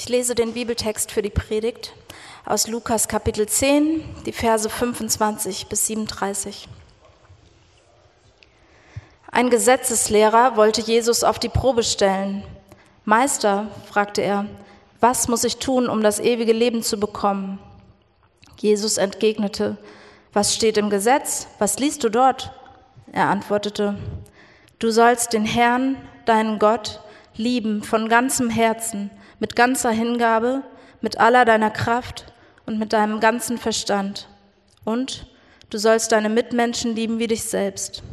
Ich lese den Bibeltext für die Predigt aus Lukas Kapitel 10, die Verse 25 bis 37. Ein Gesetzeslehrer wollte Jesus auf die Probe stellen. Meister, fragte er, was muss ich tun, um das ewige Leben zu bekommen? Jesus entgegnete, was steht im Gesetz? Was liest du dort? Er antwortete, du sollst den Herrn, deinen Gott, lieben von ganzem Herzen, mit ganzer Hingabe, mit aller deiner Kraft und mit deinem ganzen Verstand. Und du sollst deine Mitmenschen lieben wie dich selbst.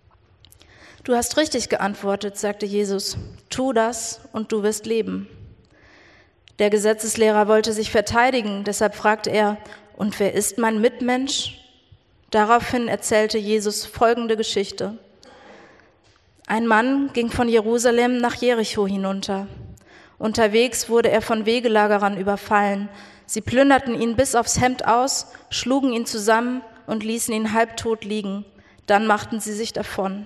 Du hast richtig geantwortet, sagte Jesus. Tu das und du wirst leben. Der Gesetzeslehrer wollte sich verteidigen, deshalb fragte er, und wer ist mein Mitmensch? Daraufhin erzählte Jesus folgende Geschichte. Ein Mann ging von Jerusalem nach Jericho hinunter. Unterwegs wurde er von Wegelagerern überfallen. Sie plünderten ihn bis aufs Hemd aus, schlugen ihn zusammen und ließen ihn halbtot liegen. Dann machten sie sich davon.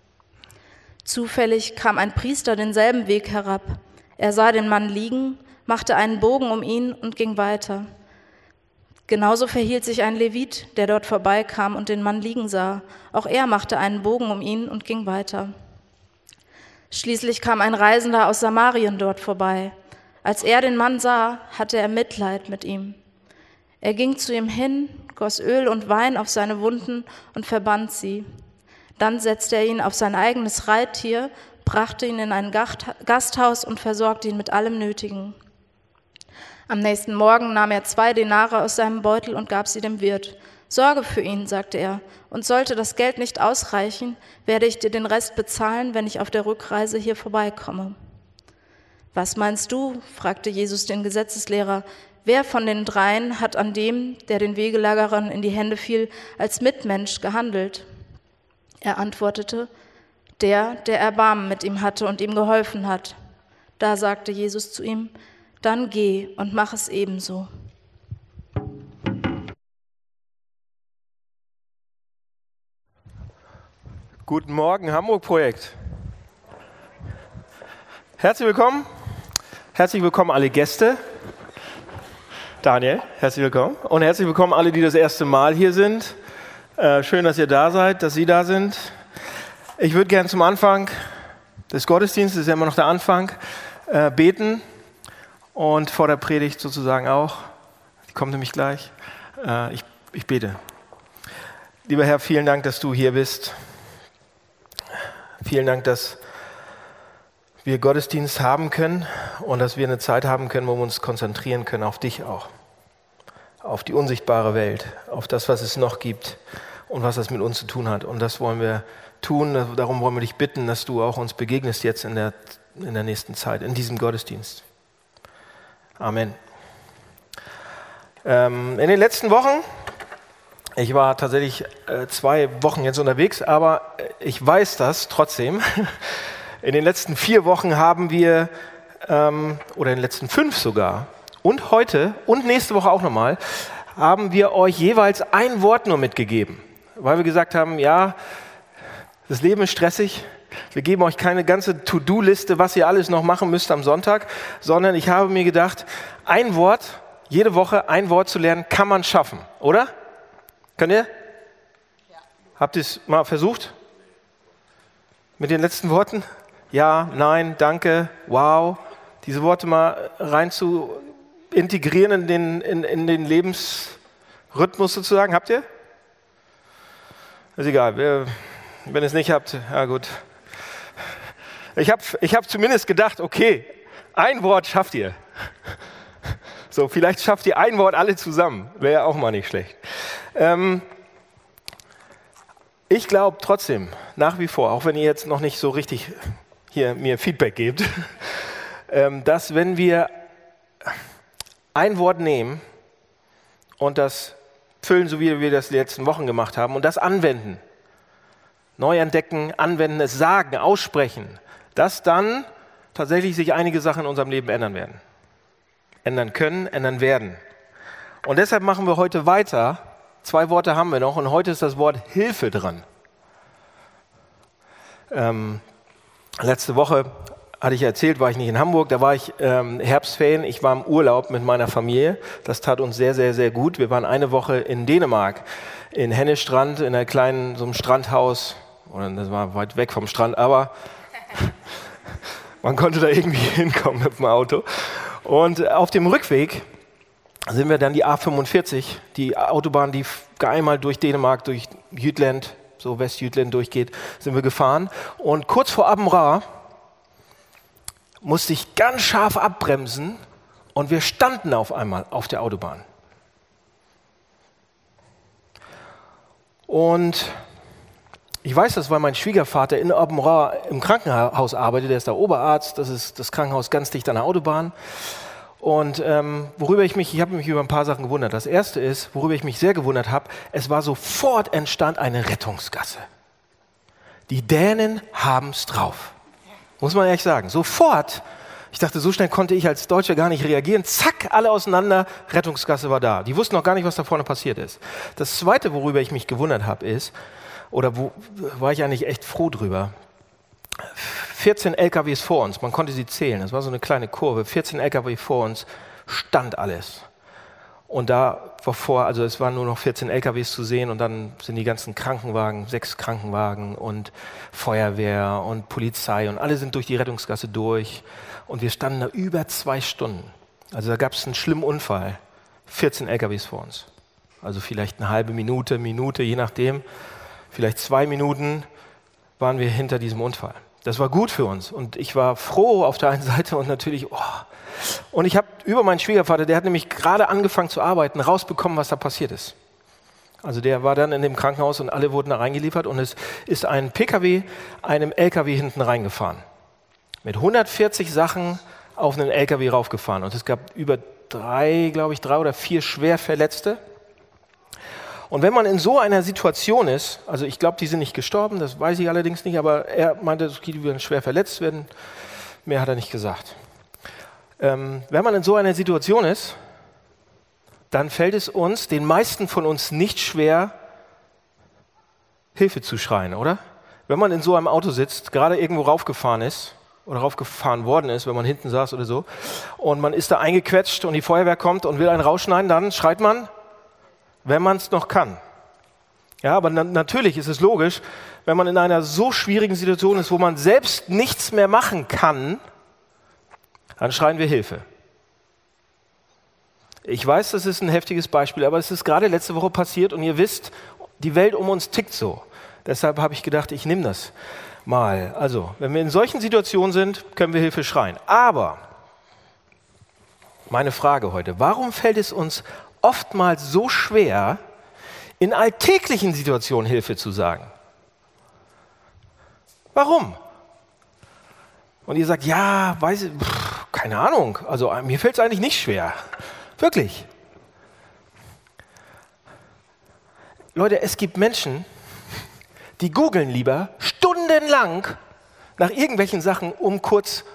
Zufällig kam ein Priester denselben Weg herab. Er sah den Mann liegen, machte einen Bogen um ihn und ging weiter. Genauso verhielt sich ein Levit, der dort vorbeikam und den Mann liegen sah. Auch er machte einen Bogen um ihn und ging weiter. Schließlich kam ein Reisender aus Samarien dort vorbei. Als er den Mann sah, hatte er Mitleid mit ihm. Er ging zu ihm hin, goss Öl und Wein auf seine Wunden und verband sie. Dann setzte er ihn auf sein eigenes Reittier, brachte ihn in ein Gasthaus und versorgte ihn mit allem Nötigen. Am nächsten Morgen nahm er 2 Denare aus seinem Beutel und gab sie dem Wirt. Sorge für ihn, sagte er, und sollte das Geld nicht ausreichen, werde ich dir den Rest bezahlen, wenn ich auf der Rückreise hier vorbeikomme. Was meinst du, fragte Jesus den Gesetzeslehrer, wer von den dreien hat an dem, der den Wegelagerern in die Hände fiel, als Mitmensch gehandelt? Er antwortete, der Erbarmen mit ihm hatte und ihm geholfen hat. Da sagte Jesus zu ihm, dann geh und mach es ebenso. Guten Morgen, Hamburg-Projekt. Herzlich willkommen. Herzlich willkommen alle Gäste. Daniel, herzlich willkommen. Und herzlich willkommen alle, die das erste Mal hier sind. Schön, dass ihr da seid, dass Sie da sind. Ich würde gerne zum Anfang des Gottesdienstes, das ist ja immer noch der Anfang, beten und vor der Predigt sozusagen auch. Die kommt nämlich gleich. Ich bete. Lieber Herr, vielen Dank, dass du hier bist. Vielen Dank, dass wir Gottesdienst haben können und dass wir eine Zeit haben können, wo wir uns konzentrieren können auf dich auch. Auf die unsichtbare Welt, auf das, was es noch gibt und was das mit uns zu tun hat. Und das wollen wir tun, darum wollen wir dich bitten, dass du auch uns begegnest jetzt in der nächsten Zeit, in diesem Gottesdienst. Amen. In den letzten Wochen, ich war tatsächlich 2 Wochen jetzt unterwegs, aber ich weiß das trotzdem. In den letzten 4 Wochen haben wir, oder in den letzten 5 sogar, und heute und nächste Woche auch nochmal, haben wir euch jeweils ein Wort nur mitgegeben. Weil wir gesagt haben, ja, das Leben ist stressig. Wir geben euch keine ganze To-Do-Liste, was ihr alles noch machen müsst am Sonntag, sondern ich habe mir gedacht, ein Wort, jede Woche ein Wort zu lernen, kann man schaffen, oder? Könnt ihr? Ja. Habt ihr es mal versucht? Mit den letzten Worten? Ja, nein, danke, wow. Diese Worte mal rein zu integrieren in den Lebensrhythmus sozusagen. Habt ihr? Ist egal, wenn ihr es nicht habt, ja gut. Ich hab zumindest gedacht, okay, ein Wort schafft ihr. So, vielleicht schafft ihr ein Wort alle zusammen. Wäre ja auch mal nicht schlecht. Ich glaube trotzdem, nach wie vor, auch wenn ihr jetzt noch nicht so richtig hier mir Feedback gebt, dass wenn wir ein Wort nehmen und das füllen, so wie wir das die letzten Wochen gemacht haben, und das anwenden, neu entdecken, anwenden, es sagen, aussprechen, dass dann tatsächlich sich einige Sachen in unserem Leben ändern werden. Ändern können, ändern werden. Und deshalb machen wir heute weiter. 2 Worte haben wir noch und heute ist das Wort Hilfe dran. Letzte Woche hatte ich erzählt, war ich nicht in Hamburg, da war ich Herbstferien, ich war im Urlaub mit meiner Familie. Das tat uns sehr, sehr, sehr gut. Wir waren eine Woche in Dänemark, in Hennestrand, in einer kleinen, so einem Strandhaus. Oder das war weit weg vom Strand, aber man konnte da irgendwie hinkommen mit dem Auto. Und auf dem Rückweg sind wir dann die A45, die Autobahn, die einmal durch Dänemark, durch Jütland, so Westjütland durchgeht, sind wir gefahren. Und kurz vor Abenraa musste ich ganz scharf abbremsen und wir standen auf einmal auf der Autobahn. Und ich weiß das, weil mein Schwiegervater in Abenraa im Krankenhaus arbeitet, der ist der Oberarzt, das ist das Krankenhaus ganz dicht an der Autobahn. Und ich habe mich über ein paar Sachen gewundert. Das erste ist, worüber ich mich sehr gewundert habe, es war sofort entstand eine Rettungsgasse. Die Dänen haben es drauf. Muss man ehrlich sagen. Sofort, ich dachte, so schnell konnte ich als Deutscher gar nicht reagieren. Zack, alle auseinander, Rettungsgasse war da. Die wussten noch gar nicht, was da vorne passiert ist. Das Zweite, worüber ich mich gewundert habe, ist, war ich eigentlich echt froh drüber, 14 LKWs vor uns, man konnte sie zählen, das war so eine kleine Kurve, 14 LKW vor uns, stand alles. Und da war es waren nur noch 14 LKWs zu sehen und dann sind die ganzen Krankenwagen, 6 Krankenwagen und Feuerwehr und Polizei und alle sind durch die Rettungsgasse durch und wir standen da über 2 Stunden. Also da gab es einen schlimmen Unfall, 14 LKWs vor uns. Also vielleicht eine halbe Minute, je nachdem, vielleicht 2 Minuten waren wir hinter diesem Unfall. Das war gut für uns und ich war froh auf der einen Seite und natürlich, Und ich habe über meinen Schwiegervater, der hat nämlich gerade angefangen zu arbeiten, rausbekommen, was da passiert ist. Also der war dann in dem Krankenhaus und alle wurden da reingeliefert und es ist ein PKW einem LKW hinten reingefahren. Mit 140 Sachen auf einen LKW raufgefahren und es gab über 3 oder 4 schwer Verletzte. Und wenn man in so einer Situation ist, also ich glaube, die sind nicht gestorben, das weiß ich allerdings nicht, aber er meinte, die würden schwer verletzt werden, mehr hat er nicht gesagt. Wenn man in so einer Situation ist, dann fällt es uns, den meisten von uns, nicht schwer, Hilfe zu schreien, oder? Wenn man in so einem Auto sitzt, gerade irgendwo raufgefahren ist oder raufgefahren worden ist, wenn man hinten saß oder so, und man ist da eingequetscht und die Feuerwehr kommt und will einen rausschneiden, dann schreit man, wenn man es noch kann. Ja, aber natürlich ist es logisch, wenn man in einer so schwierigen Situation ist, wo man selbst nichts mehr machen kann, dann schreien wir Hilfe. Ich weiß, das ist ein heftiges Beispiel, aber es ist gerade letzte Woche passiert und ihr wisst, die Welt um uns tickt so. Deshalb habe ich gedacht, ich nehme das mal. Also, wenn wir in solchen Situationen sind, können wir Hilfe schreien. Aber meine Frage heute, warum fällt es uns oftmals so schwer, in alltäglichen Situationen Hilfe zu sagen? Warum? Und ihr sagt, ja, keine Ahnung, also mir fällt es eigentlich nicht schwer. Wirklich. Leute, es gibt Menschen, die googeln lieber stundenlang nach irgendwelchen Sachen, um kurz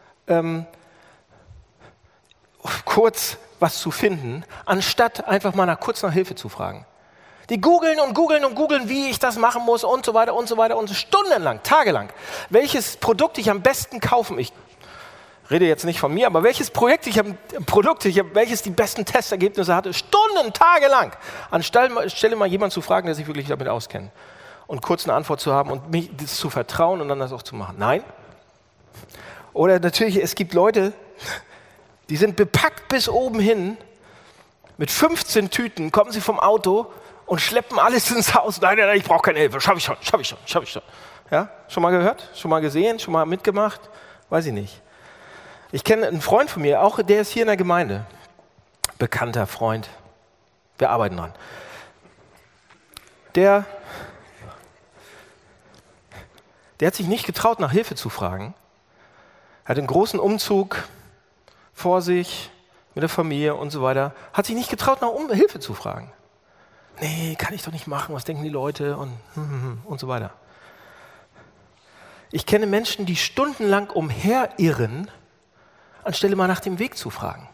was zu finden, anstatt einfach mal kurz nach Hilfe zu fragen. Die googeln und googeln und googeln, wie ich das machen muss und so weiter und so weiter und stundenlang, tagelang. Welches Produkt ich am besten kaufen? Ich rede jetzt nicht von mir, aber welches welches die besten Testergebnisse hatte, Stunden, tagelang. Anstelle mal jemanden zu fragen, der sich wirklich damit auskennt. Und kurz eine Antwort zu haben und mich das zu vertrauen und dann das auch zu machen. Nein. Oder natürlich, es gibt Leute, die sind bepackt bis oben hin, mit 15 Tüten kommen sie vom Auto und schleppen alles ins Haus. Nein, ich brauche keine Hilfe, schaff ich schon. Ja, schon mal gehört? Schon mal gesehen? Schon mal mitgemacht? Weiß ich nicht. Ich kenne einen Freund von mir, auch der ist hier in der Gemeinde. Bekannter Freund. Wir arbeiten dran. Der hat sich nicht getraut, nach Hilfe zu fragen. Er hat einen großen Umzug vor sich, mit der Familie und so weiter, hat sich nicht getraut, nach Hilfe zu fragen. Nee, kann ich doch nicht machen, was denken die Leute und so weiter. Ich kenne Menschen, die stundenlang umherirren, anstelle mal nach dem Weg zu fragen.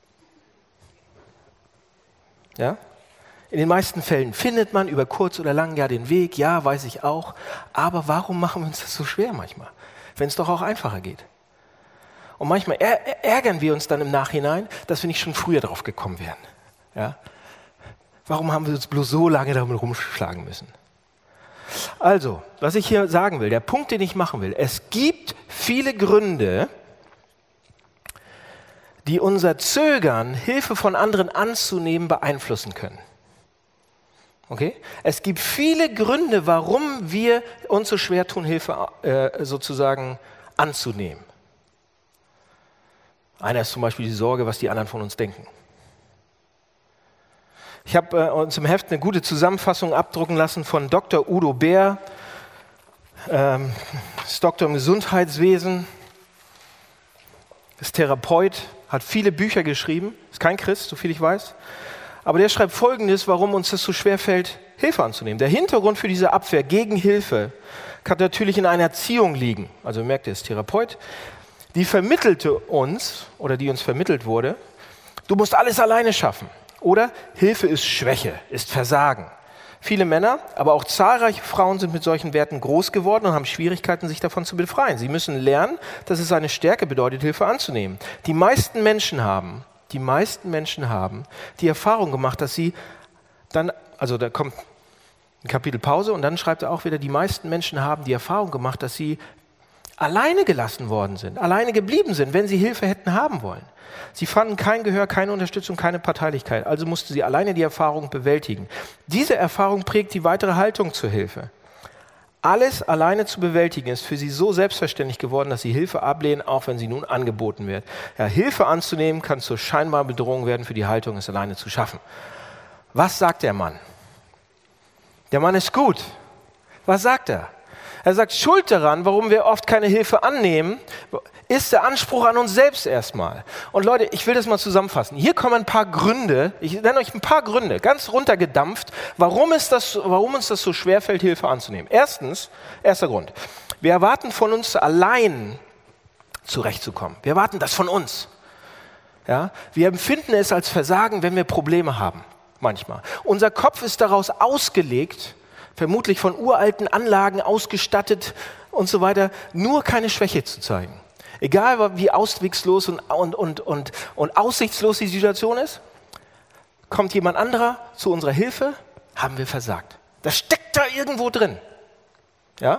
Ja? In den meisten Fällen findet man über kurz oder lang ja den Weg, ja, weiß ich auch, aber warum machen wir uns das so schwer manchmal, wenn es doch auch einfacher geht? Und manchmal ärgern wir uns dann im Nachhinein, dass wir nicht schon früher drauf gekommen wären. Ja? Warum haben wir uns bloß so lange damit rumschlagen müssen? Also, was ich hier sagen will, der Punkt, den ich machen will, es gibt viele Gründe, die unser Zögern, Hilfe von anderen anzunehmen, beeinflussen können. Okay? Es gibt viele Gründe, warum wir uns so schwer tun, Hilfe sozusagen anzunehmen. Einer ist zum Beispiel die Sorge, was die anderen von uns denken. Ich habe uns im Heft eine gute Zusammenfassung abdrucken lassen von Dr. Udo Bär, ist Doktor im Gesundheitswesen, ist Therapeut, hat viele Bücher geschrieben, ist kein Christ, soviel ich weiß. Aber der schreibt Folgendes, warum uns das so schwer fällt, Hilfe anzunehmen. Der Hintergrund für diese Abwehr gegen Hilfe kann natürlich in einer Erziehung liegen. Also merkt ihr, er ist Therapeut. Die vermittelte uns, oder die uns vermittelt wurde, du musst alles alleine schaffen. Oder Hilfe ist Schwäche, ist Versagen. Viele Männer, aber auch zahlreiche Frauen sind mit solchen Werten groß geworden und haben Schwierigkeiten, sich davon zu befreien. Sie müssen lernen, dass es eine Stärke bedeutet, Hilfe anzunehmen. Die meisten Menschen haben die Erfahrung gemacht, dass sie dann, also da kommt ein Kapitel Pause und dann schreibt er auch wieder, die meisten Menschen haben die Erfahrung gemacht, dass sie alleine gelassen worden sind, alleine geblieben sind, wenn sie Hilfe hätten haben wollen. Sie fanden kein Gehör, keine Unterstützung, keine Parteilichkeit, also mussten sie alleine die Erfahrung bewältigen. Diese Erfahrung prägt die weitere Haltung zur Hilfe. Alles alleine zu bewältigen ist für sie so selbstverständlich geworden, dass sie Hilfe ablehnen, auch wenn sie nun angeboten wird. Ja, Hilfe anzunehmen kann zur scheinbaren Bedrohung werden für die Haltung, es alleine zu schaffen. Was sagt der Mann? Der Mann ist gut. Was sagt er? Er sagt, schuld daran, warum wir oft keine Hilfe annehmen, ist der Anspruch an uns selbst erstmal. Und Leute, ich will das mal zusammenfassen. Hier kommen ein paar Gründe, ich nenne euch ein paar Gründe, ganz runtergedampft, warum uns das so schwerfällt, Hilfe anzunehmen. Erster Grund, wir erwarten von uns allein zurechtzukommen. Wir erwarten das von uns. Ja? Wir empfinden es als Versagen, wenn wir Probleme haben, manchmal. Unser Kopf ist daraus ausgelegt, vermutlich von uralten Anlagen ausgestattet und so weiter, nur keine Schwäche zu zeigen. Egal wie auswegslos und aussichtslos die Situation ist, kommt jemand anderer zu unserer Hilfe, haben wir versagt. Das steckt da irgendwo drin. Ja?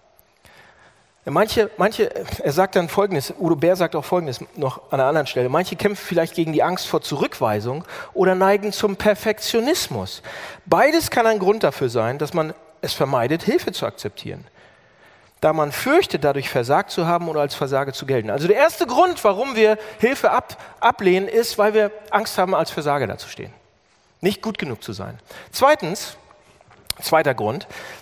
Er sagt dann Folgendes, Udo Bär sagt auch Folgendes noch an einer anderen Stelle. Manche kämpfen vielleicht gegen die Angst vor Zurückweisung oder neigen zum Perfektionismus. Beides kann ein Grund dafür sein, dass man es vermeidet, Hilfe zu akzeptieren, da man fürchtet, dadurch versagt zu haben oder als Versager zu gelten. Also der erste Grund, warum wir Hilfe ablehnen, ist, weil wir Angst haben, als Versager dazustehen. Nicht gut genug zu sein. Zweiter Grund,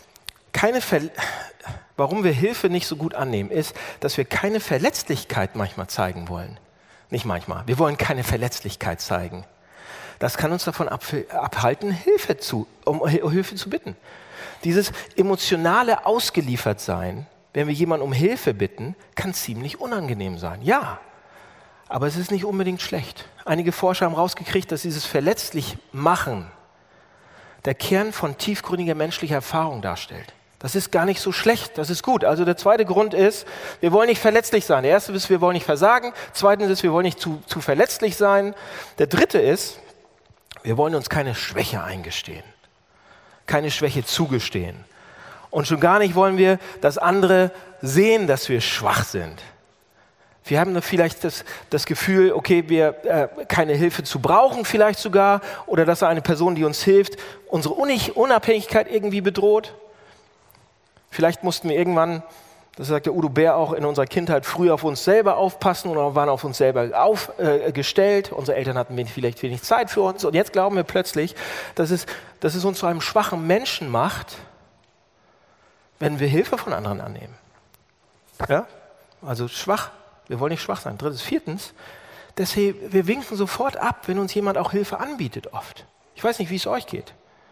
warum wir Hilfe nicht so gut annehmen, ist, dass wir keine Verletzlichkeit manchmal zeigen wollen. Nicht manchmal, wir wollen keine Verletzlichkeit zeigen. Das kann uns davon abhalten, um Hilfe zu bitten. Dieses emotionale Ausgeliefertsein, wenn wir jemanden um Hilfe bitten, kann ziemlich unangenehm sein. Ja, aber es ist nicht unbedingt schlecht. Einige Forscher haben rausgekriegt, dass dieses Verletzlichmachen der Kern von tiefgründiger menschlicher Erfahrung darstellt. Das ist gar nicht so schlecht, das ist gut. Also der zweite Grund ist, wir wollen nicht verletzlich sein. Der erste ist, wir wollen nicht versagen. Zweitens ist, wir wollen nicht zu verletzlich sein. Der dritte ist, wir wollen uns keine Schwäche eingestehen, keine Schwäche zugestehen. Und schon gar nicht wollen wir, dass andere sehen, dass wir schwach sind. Wir haben vielleicht das Gefühl, okay, wir keine Hilfe zu brauchen vielleicht sogar, oder dass eine Person, die uns hilft, unsere Unabhängigkeit irgendwie bedroht. Vielleicht mussten wir irgendwann, das sagt der Udo Bär auch, in unserer Kindheit früh auf uns selber aufpassen oder waren auf uns selber aufgestellt. Unsere Eltern hatten vielleicht wenig Zeit für uns und jetzt glauben wir plötzlich, dass es uns zu einem schwachen Menschen macht, wenn wir Hilfe von anderen annehmen. Ja? Also schwach, wir wollen nicht schwach sein. Viertens, wir winken sofort ab, wenn uns jemand auch Hilfe anbietet oft. Ich weiß nicht, wie es euch geht.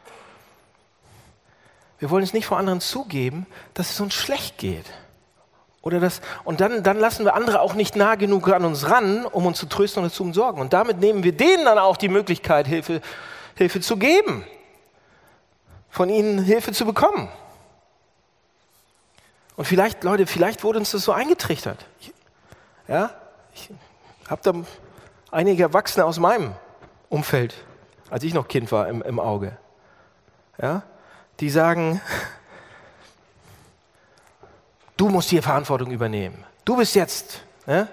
Wir wollen es nicht vor anderen zugeben, dass es uns schlecht geht. Und dann lassen wir andere auch nicht nah genug an uns ran, um uns zu trösten oder zu umsorgen. Und damit nehmen wir denen dann auch die Möglichkeit, Hilfe zu geben, von ihnen Hilfe zu bekommen. Und vielleicht wurde uns das so eingetrichtert. Ja? Ich habe da einige Erwachsene aus meinem Umfeld, als ich noch Kind war, im Auge. Ja? Die sagen, du musst hier Verantwortung übernehmen. Du bist jetzt. Ja?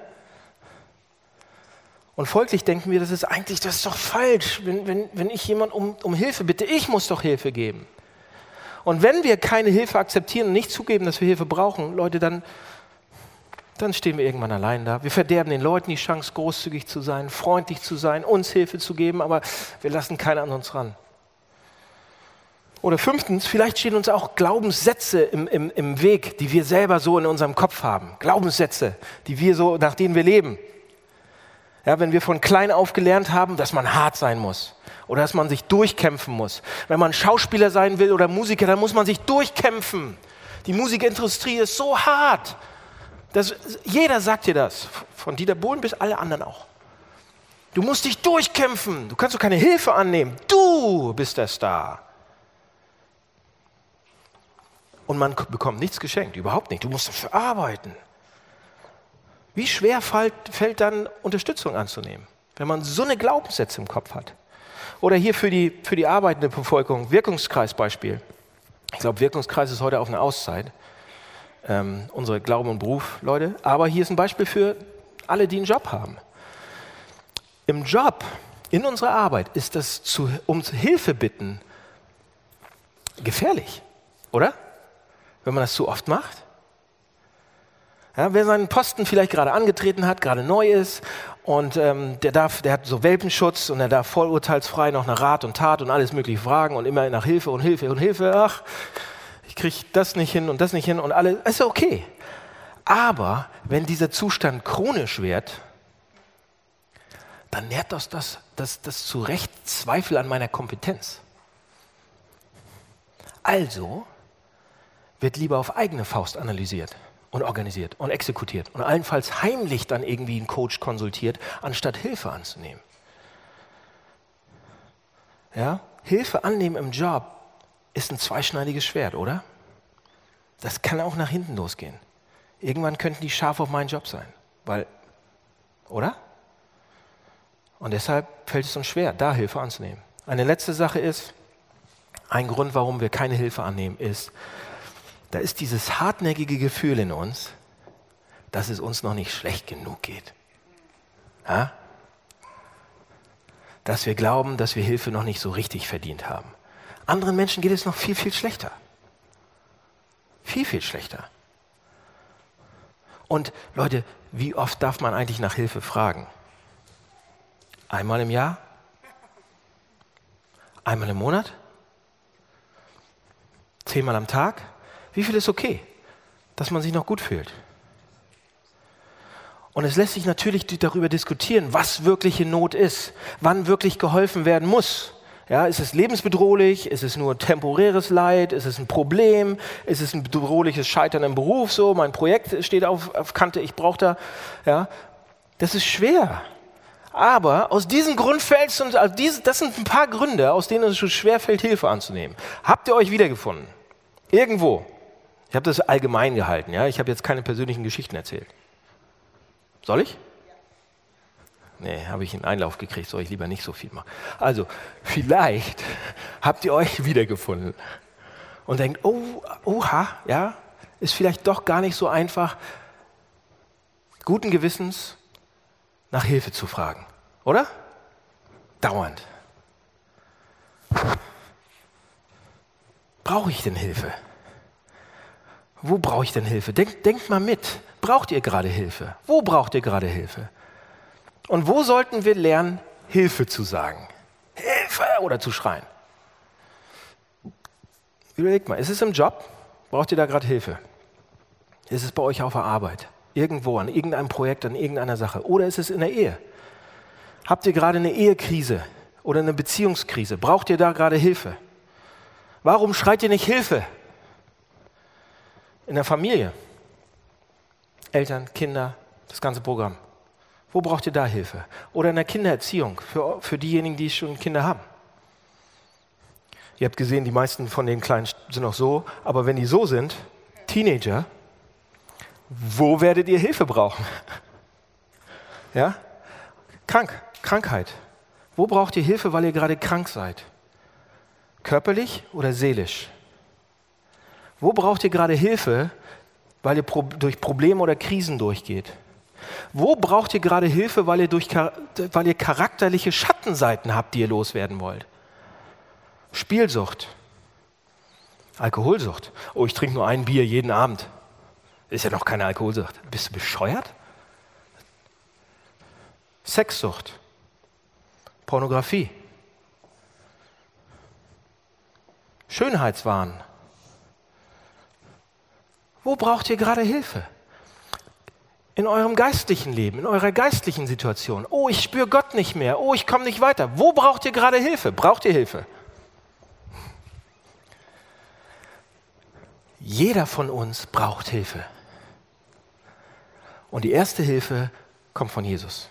Und folglich denken wir, das ist doch falsch, wenn ich jemanden um Hilfe bitte. Ich muss doch Hilfe geben. Und wenn wir keine Hilfe akzeptieren und nicht zugeben, dass wir Hilfe brauchen, Leute, dann stehen wir irgendwann allein da. Wir verderben den Leuten die Chance, großzügig zu sein, freundlich zu sein, uns Hilfe zu geben, aber wir lassen keinen an uns ran. Oder 5, vielleicht stehen uns auch Glaubenssätze im Weg, die wir selber so in unserem Kopf haben. Glaubenssätze, nach denen wir leben. Ja, wenn wir von klein auf gelernt haben, dass man hart sein muss oder dass man sich durchkämpfen muss. Wenn man Schauspieler sein will oder Musiker, dann muss man sich durchkämpfen. Die Musikindustrie ist so hart. Jeder sagt dir das, von Dieter Bohlen bis alle anderen auch. Du musst dich durchkämpfen, du kannst doch keine Hilfe annehmen. Du bist der Star. Und man bekommt nichts geschenkt, überhaupt nicht. Du musst dafür arbeiten. Wie schwer fällt dann, Unterstützung anzunehmen, wenn man so eine Glaubenssätze im Kopf hat? Oder hier für die arbeitende Bevölkerung, Wirkungskreisbeispiel. Ich glaube, Wirkungskreis ist heute auf einer Auszeit. Unsere Glauben und Beruf, Leute. Aber hier ist ein Beispiel für alle, die einen Job haben. Im Job, in unserer Arbeit, ist das um Hilfe bitten gefährlich, oder? Wenn man das zu oft macht. Ja, wer seinen Posten vielleicht gerade angetreten hat, gerade neu ist und der hat so Welpenschutz und er darf vorurteilsfrei noch nach Rat und Tat und alles mögliche fragen und immer nach Hilfe und Hilfe und Hilfe. Ach, ich kriege das nicht hin und das nicht hin und alles. Ist okay. Aber wenn dieser Zustand chronisch wird, dann nährt das zu Recht Zweifel an meiner Kompetenz. Also wird lieber auf eigene Faust analysiert und organisiert und exekutiert und allenfalls heimlich dann irgendwie einen Coach konsultiert, anstatt Hilfe anzunehmen. Ja? Hilfe annehmen im Job ist ein zweischneidiges Schwert, oder? Das kann auch nach hinten losgehen. Irgendwann könnten die scharf auf meinen Job sein, oder? Und deshalb fällt es uns schwer, da Hilfe anzunehmen. Eine letzte Sache ist, ein Grund, warum wir keine Hilfe annehmen, ist, da ist dieses hartnäckige Gefühl in uns, dass es uns noch nicht schlecht genug geht. Ja? Dass wir glauben, dass wir Hilfe noch nicht so richtig verdient haben. Anderen Menschen geht es noch viel, viel schlechter. Viel, viel schlechter. Und Leute, wie oft darf man eigentlich nach Hilfe fragen? Einmal im Jahr? Einmal im Monat? 10-mal am Tag? Wie viel ist okay, dass man sich noch gut fühlt? Und es lässt sich natürlich darüber diskutieren, was wirkliche Not ist, wann wirklich geholfen werden muss. Ja, ist es lebensbedrohlich? Ist es nur temporäres Leid? Ist es ein Problem? Ist es ein bedrohliches Scheitern im Beruf? So, mein Projekt steht auf Kante, ich brauche da. Ja, das ist schwer. Aber aus diesem Grund fällt es uns, das sind ein paar Gründe, aus denen es schon schwer fällt, Hilfe anzunehmen. Habt ihr euch wiedergefunden? Irgendwo. Ich habe das allgemein gehalten, ja. Ich habe jetzt keine persönlichen Geschichten erzählt. Soll ich? Nee, habe ich einen Einlauf gekriegt, soll ich lieber nicht so viel machen. Also, vielleicht habt ihr euch wiedergefunden und denkt, oha, ja, ist vielleicht doch gar nicht so einfach, guten Gewissens nach Hilfe zu fragen, oder? Dauernd. Brauche ich denn Hilfe? Wo brauche ich denn Hilfe? Denkt mal mit. Braucht ihr gerade Hilfe? Wo braucht ihr gerade Hilfe? Und wo sollten wir lernen, Hilfe zu sagen? Hilfe oder zu schreien? Überlegt mal, ist es im Job? Braucht ihr da gerade Hilfe? Ist es bei euch auf der Arbeit? Irgendwo, an irgendeinem Projekt, an irgendeiner Sache? Oder ist es in der Ehe? Habt ihr gerade eine Ehekrise oder eine Beziehungskrise? Braucht ihr da gerade Hilfe? Warum schreit ihr nicht Hilfe? In der Familie? Eltern, Kinder, das ganze Programm. Wo braucht ihr da Hilfe? Oder in der Kindererziehung, für diejenigen, die schon Kinder haben. Ihr habt gesehen, die meisten von den Kleinen sind noch so, aber wenn die so sind, Teenager, wo werdet ihr Hilfe brauchen? Ja? Krankheit. Wo braucht ihr Hilfe, weil ihr gerade krank seid? Körperlich oder seelisch? Wo braucht ihr gerade Hilfe, weil ihr durch Probleme oder Krisen durchgeht? Wo braucht ihr gerade Hilfe, weil ihr charakterliche Schattenseiten habt, die ihr loswerden wollt? Spielsucht, Alkoholsucht. Oh, ich trinke nur ein Bier jeden Abend. Ist ja noch keine Alkoholsucht. Bist du bescheuert? Sexsucht, Pornografie, Schönheitswahn. Wo braucht ihr gerade Hilfe? In eurem geistlichen Leben, in eurer geistlichen Situation. Oh, ich spüre Gott nicht mehr. Oh, ich komme nicht weiter. Wo braucht ihr gerade Hilfe? Braucht ihr Hilfe? Jeder von uns braucht Hilfe. Und die erste Hilfe kommt von Jesus.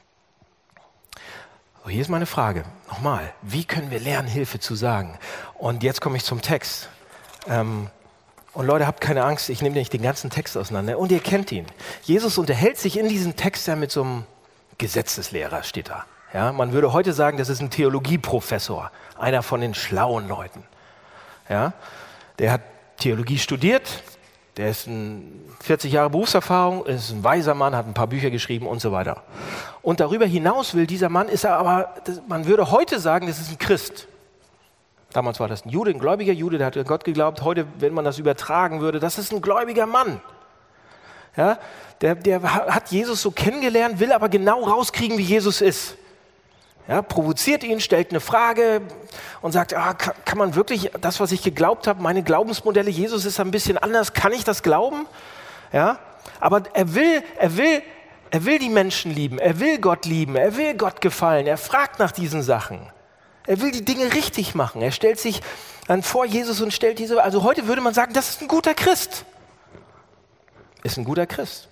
So, hier ist meine Frage. Nochmal, wie können wir lernen, Hilfe zu sagen? Und jetzt komme ich zum Text. Und Leute, habt keine Angst, ich nehme nicht den ganzen Text auseinander. Und ihr kennt ihn. Jesus unterhält sich in diesem Text ja mit so einem Gesetzeslehrer, steht da. Ja, man würde heute sagen, das ist ein Theologieprofessor, einer von den schlauen Leuten. Ja, der hat Theologie studiert, der ist 40 Jahre Berufserfahrung, ist ein weiser Mann, hat ein paar Bücher geschrieben und so weiter. Und darüber hinaus will dieser Mann, ist er aber, man würde heute sagen, das ist ein Christ. Damals war das ein Jude, ein gläubiger Jude, der hat an Gott geglaubt. Heute, wenn man das übertragen würde, das ist ein gläubiger Mann. Ja, der hat Jesus so kennengelernt, will aber genau rauskriegen, wie Jesus ist. Ja, provoziert ihn, stellt eine Frage und sagt, kann man wirklich das, was ich geglaubt habe, meine Glaubensmodelle, Jesus ist ein bisschen anders, kann ich das glauben? Ja, aber er will die Menschen lieben, er will Gott lieben, er will Gott gefallen, er fragt nach diesen Sachen. Er will die Dinge richtig machen. Er stellt sich dann vor Jesus und stellt diese, also heute würde man sagen, das ist ein guter Christ. Ist ein guter Christ.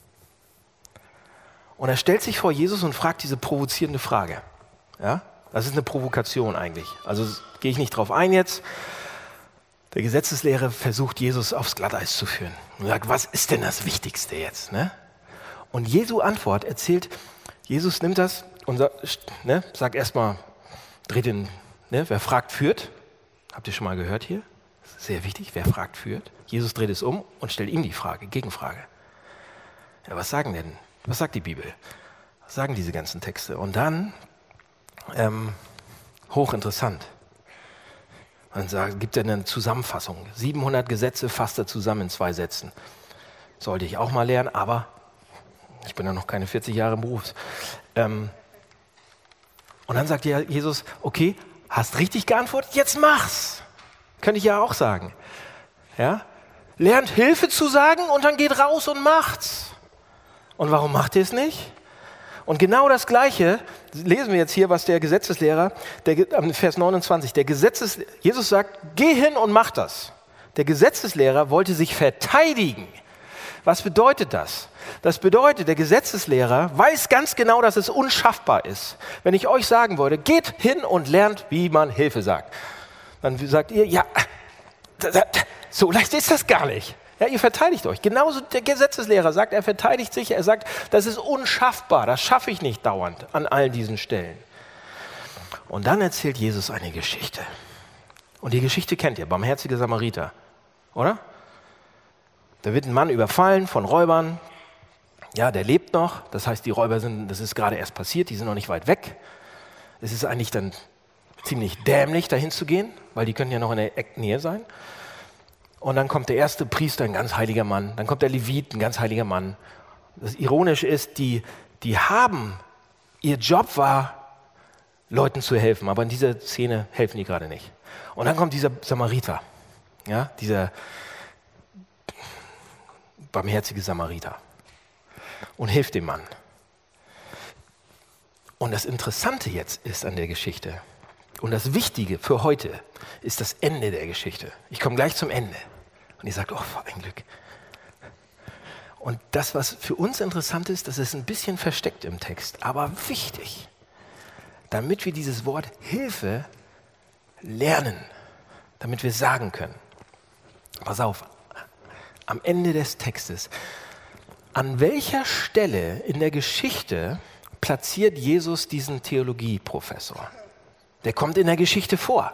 Und er stellt sich vor Jesus und fragt diese provozierende Frage. Ja? Das ist eine Provokation eigentlich. Also gehe ich nicht drauf ein jetzt. Der Gesetzeslehrer versucht, Jesus aufs Glatteis zu führen. Und sagt, was ist denn das Wichtigste jetzt? Ne? Und Jesu Antwort erzählt, Jesus nimmt das und sagt erstmal, wer fragt, führt. Habt ihr schon mal gehört hier? Das ist sehr wichtig, wer fragt, führt. Jesus dreht es um und stellt ihm die Frage, Gegenfrage. Ja, was sagt die Bibel? Was sagen diese ganzen Texte? Und dann, hochinteressant, gibt er eine Zusammenfassung. 700 Gesetze fasst er zusammen in 2 Sätzen. Sollte ich auch mal lernen, aber ich bin ja noch keine 40 Jahre im Beruf. Und dann sagt Jesus, okay, hast richtig geantwortet, jetzt mach's. Könnte ich ja auch sagen. Ja? Lernt Hilfe zu sagen und dann geht raus und macht's. Und warum macht ihr es nicht? Und genau das Gleiche lesen wir jetzt hier, was der Gesetzeslehrer, Vers 29, Jesus sagt, geh hin und mach das. Der Gesetzeslehrer wollte sich verteidigen. Was bedeutet das? Das bedeutet, der Gesetzeslehrer weiß ganz genau, dass es unschaffbar ist. Wenn ich euch sagen würde, geht hin und lernt, wie man Hilfe sagt. Dann sagt ihr, ja, so leicht ist das gar nicht. Ja, ihr verteidigt euch. Genauso der Gesetzeslehrer sagt, er verteidigt sich, er sagt, das ist unschaffbar, das schaffe ich nicht dauernd an all diesen Stellen. Und dann erzählt Jesus eine Geschichte. Und die Geschichte kennt ihr, barmherziger Samariter, oder? Da wird ein Mann überfallen von Räubern. Ja, der lebt noch. Das heißt, die Räuber das ist gerade erst passiert, die sind noch nicht weit weg. Es ist eigentlich dann ziemlich dämlich, dahin zu gehen, weil die können ja noch in der Nähe sein. Und dann kommt der erste Priester, ein ganz heiliger Mann. Dann kommt der Levit, ein ganz heiliger Mann. Das Ironische ist, ihr Job war, Leuten zu helfen. Aber in dieser Szene helfen die gerade nicht. Und dann kommt dieser Samariter, ja, dieser barmherzige Samariter und hilft dem Mann. Und das Interessante jetzt ist an der Geschichte und das Wichtige für heute ist das Ende der Geschichte. Ich komme gleich zum Ende und ihr sagt, oh, ein Glück. Und das, was für uns interessant ist, das ist ein bisschen versteckt im Text, aber wichtig, damit wir dieses Wort Hilfe lernen, damit wir sagen können. Pass auf, am Ende des Textes An welcher Stelle in der Geschichte platziert Jesus diesen Theologieprofessor? Der kommt in der Geschichte vor.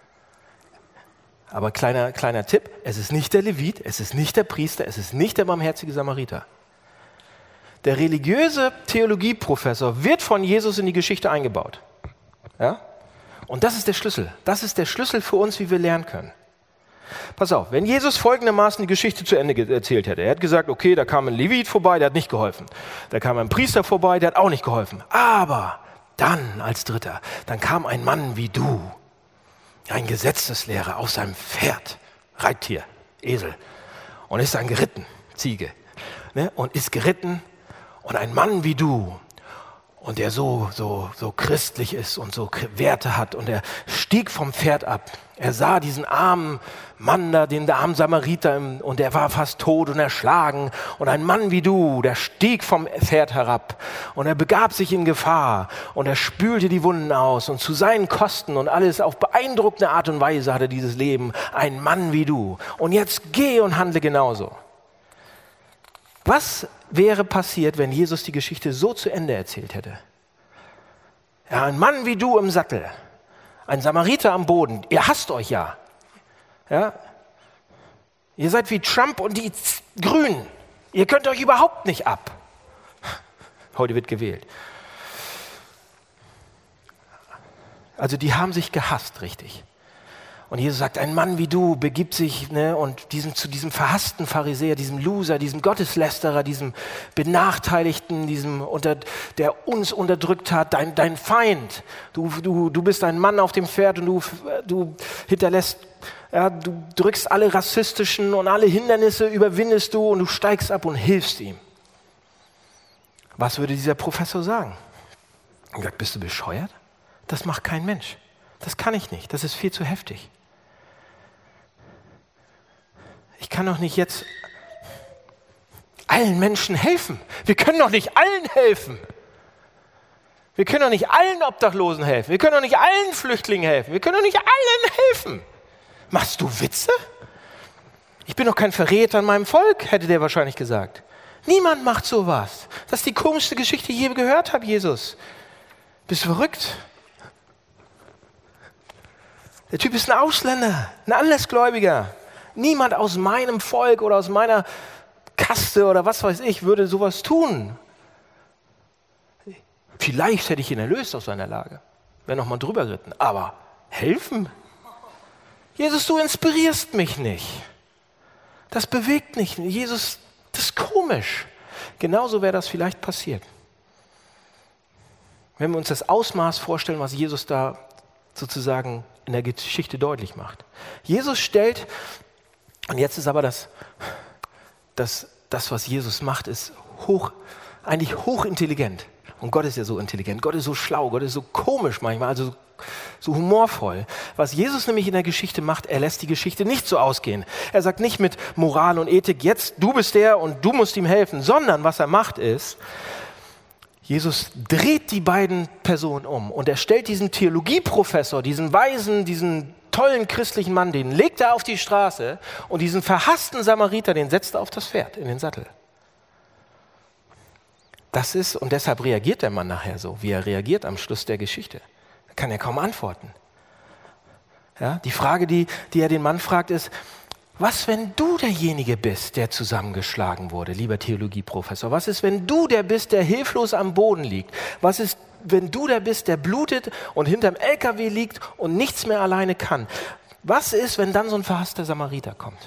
Aber kleiner Tipp, es ist nicht der Levit, es ist nicht der Priester, es ist nicht der barmherzige Samariter. Der religiöse Theologieprofessor wird von Jesus in die Geschichte eingebaut. Ja? Und das ist der Schlüssel. Das ist der Schlüssel für uns, wie wir lernen können. Pass auf, wenn Jesus folgendermaßen die Geschichte zu Ende erzählt hätte. Er hat gesagt, okay, da kam ein Levit vorbei, der hat nicht geholfen. Da kam ein Priester vorbei, der hat auch nicht geholfen. Aber dann als Dritter, dann kam ein Mann wie du, ein Gesetzeslehrer auf seinem Pferd, Reittier, Esel, und ist dann geritten, Ziege, ne, und ist geritten, und ein Mann wie du, und der so christlich ist und so Werte hat, und er stieg vom Pferd ab. Er sah diesen armen Mann da, den armen Samariter, und der war fast tot und erschlagen. Und ein Mann wie du, der stieg vom Pferd herab und er begab sich in Gefahr und er spülte die Wunden aus und zu seinen Kosten und alles auf beeindruckende Art und Weise hatte dieses Leben. Ein Mann wie du. Und jetzt geh und handle genauso. Was wäre passiert, wenn Jesus die Geschichte so zu Ende erzählt hätte? Ja, ein Mann wie du im Sattel. Ein Samariter am Boden, ihr hasst euch ja. Ja. Ihr seid wie Trump und die Grünen. Ihr könnt euch überhaupt nicht ab. Heute wird gewählt. Also die haben sich gehasst, richtig. Und Jesus sagt, ein Mann wie du begibt sich und zu diesem verhassten Pharisäer, diesem Loser, diesem Gotteslästerer, diesem Benachteiligten, der uns unterdrückt hat, dein Feind. Du bist ein Mann auf dem Pferd und du hinterlässt, ja, du drückst alle rassistischen und alle Hindernisse, überwindest du und du steigst ab und hilfst ihm. Was würde dieser Professor sagen? Er sagt, bist du bescheuert? Das macht kein Mensch. Das kann ich nicht, das ist viel zu heftig. Ich kann doch nicht jetzt allen Menschen helfen. Wir können doch nicht allen helfen. Wir können doch nicht allen Obdachlosen helfen. Wir können doch nicht allen Flüchtlingen helfen. Wir können doch nicht allen helfen. Machst du Witze? Ich bin doch kein Verräter an meinem Volk, hätte der wahrscheinlich gesagt. Niemand macht sowas. Das ist die komischste Geschichte, die ich je gehört habe, Jesus. Bist du verrückt? Der Typ ist ein Ausländer, ein Andersgläubiger. Niemand aus meinem Volk oder aus meiner Kaste oder was weiß ich würde sowas tun. Vielleicht hätte ich ihn erlöst aus seiner Lage. Wäre noch mal drüber geritten. Aber helfen? Jesus, du inspirierst mich nicht. Das bewegt mich nicht. Jesus, das ist komisch. Genauso wäre das vielleicht passiert. Wenn wir uns das Ausmaß vorstellen, was Jesus da sozusagen in der Geschichte deutlich macht. Jesus stellt, und jetzt ist aber das, was Jesus macht, ist eigentlich hochintelligent. Und Gott ist ja so intelligent, Gott ist so schlau, Gott ist so komisch manchmal, also so humorvoll. Was Jesus nämlich in der Geschichte macht, er lässt die Geschichte nicht so ausgehen. Er sagt nicht mit Moral und Ethik, jetzt du bist der und du musst ihm helfen, sondern was er macht ist, Jesus dreht die beiden Personen um und er stellt diesen Theologieprofessor, diesen Weisen, diesen tollen christlichen Mann, den legt er auf die Straße und diesen verhassten Samariter, den setzt er auf das Pferd, in den Sattel. Das ist, und deshalb reagiert der Mann nachher so, wie er reagiert am Schluss der Geschichte. Er kann ja kaum antworten. Ja, die Frage, die er den Mann fragt, ist, was, wenn du derjenige bist, der zusammengeschlagen wurde, lieber Theologieprofessor? Was ist, wenn du der bist, der hilflos am Boden liegt? Was ist, wenn du der bist, der blutet und hinterm LKW liegt und nichts mehr alleine kann? Was ist, wenn dann so ein verhasster Samariter kommt?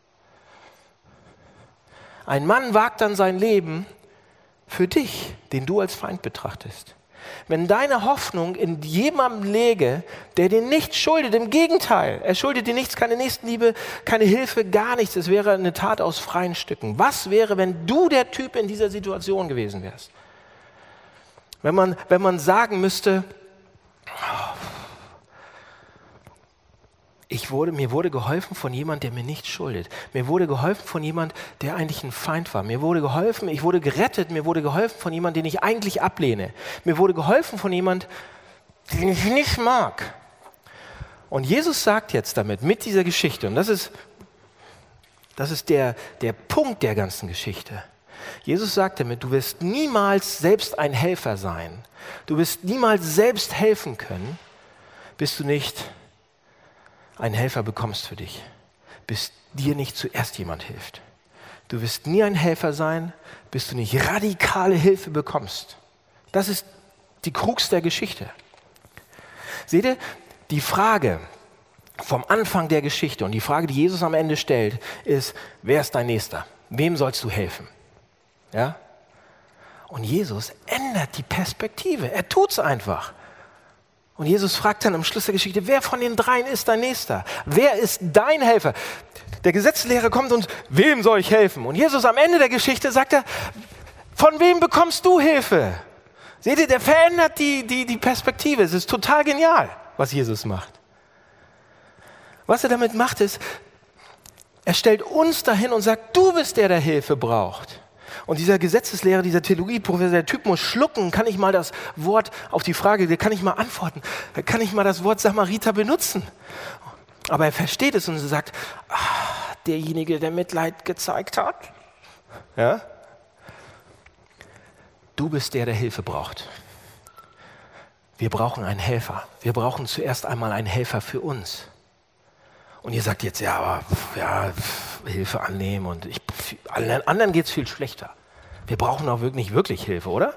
Ein Mann wagt dann sein Leben für dich, den du als Feind betrachtest. Wenn deine Hoffnung in jemandem läge, der dir nichts schuldet, im Gegenteil, er schuldet dir nichts, keine Nächstenliebe, keine Hilfe, gar nichts, es wäre eine Tat aus freien Stücken. Was wäre, wenn du der Typ in dieser Situation gewesen wärst? Wenn man sagen müsste, mir wurde geholfen von jemand, der mir nichts schuldet. Mir wurde geholfen von jemand, der eigentlich ein Feind war. Mir wurde geholfen, ich wurde gerettet, mir wurde geholfen von jemand, den ich eigentlich ablehne. Mir wurde geholfen von jemand, den ich nicht mag. Und Jesus sagt jetzt damit, mit dieser Geschichte, und das ist der Punkt der ganzen Geschichte. Jesus sagt damit, du wirst niemals selbst ein Helfer sein. Du wirst niemals selbst helfen können, bis du nicht einen Helfer bekommst für dich, bis dir nicht zuerst jemand hilft. Du wirst nie ein Helfer sein, bis du nicht radikale Hilfe bekommst. Das ist die Krux der Geschichte. Seht ihr, die Frage vom Anfang der Geschichte und die Frage, die Jesus am Ende stellt, ist, wer ist dein Nächster? Wem sollst du helfen? Ja? Und Jesus ändert die Perspektive. Er tut es einfach. Und Jesus fragt dann am Schluss der Geschichte, wer von den dreien ist dein Nächster? Wer ist dein Helfer? Der Gesetzeslehrer kommt und wem soll ich helfen? Und Jesus am Ende der Geschichte sagt er, von wem bekommst du Hilfe? Seht ihr, der verändert die Perspektive. Es ist total genial, was Jesus macht. Was er damit macht, ist, er stellt uns dahin und sagt, du bist der Hilfe braucht. Und dieser Gesetzeslehrer, dieser Theologieprofessor, der Typ muss schlucken, kann ich mal das Wort auf die Frage, der kann ich mal antworten, kann ich mal das Wort Samariter benutzen. Aber er versteht es und sagt, derjenige, der Mitleid gezeigt hat, ja? Du bist der Hilfe braucht. Wir brauchen einen Helfer. Wir brauchen zuerst einmal einen Helfer für uns. Und ihr sagt jetzt, Hilfe annehmen und allen anderen geht es viel schlechter. Wir brauchen auch wirklich Hilfe, oder?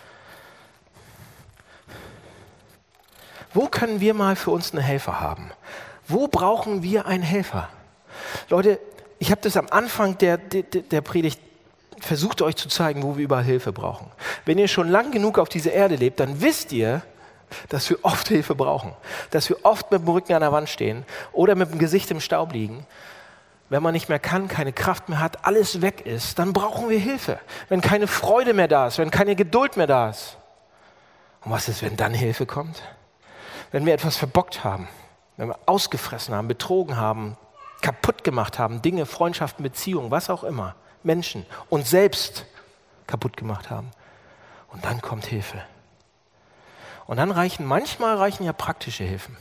Wo können wir mal für uns einen Helfer haben? Wo brauchen wir einen Helfer? Leute, ich habe das am Anfang der Predigt versucht euch zu zeigen, wo wir überall Hilfe brauchen. Wenn ihr schon lang genug auf dieser Erde lebt, dann wisst ihr, dass wir oft Hilfe brauchen. Dass wir oft mit dem Rücken an der Wand stehen oder mit dem Gesicht im Staub liegen. Wenn man nicht mehr kann, keine Kraft mehr hat, alles weg ist, dann brauchen wir Hilfe. Wenn keine Freude mehr da ist, wenn keine Geduld mehr da ist. Und was ist, wenn dann Hilfe kommt? Wenn wir etwas verbockt haben, wenn wir ausgefressen haben, betrogen haben, kaputt gemacht haben, Dinge, Freundschaften, Beziehungen, was auch immer, Menschen, uns selbst kaputt gemacht haben. Und dann kommt Hilfe. Und dann manchmal reichen ja praktische Hilfen.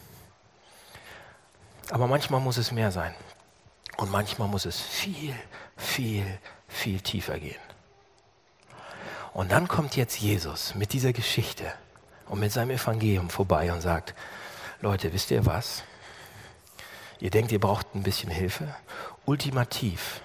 Aber manchmal muss es mehr sein. Und manchmal muss es viel, viel, viel tiefer gehen. Und dann kommt jetzt Jesus mit dieser Geschichte und mit seinem Evangelium vorbei und sagt, Leute, wisst ihr was? Ihr denkt, ihr braucht ein bisschen Hilfe? Ultimativ,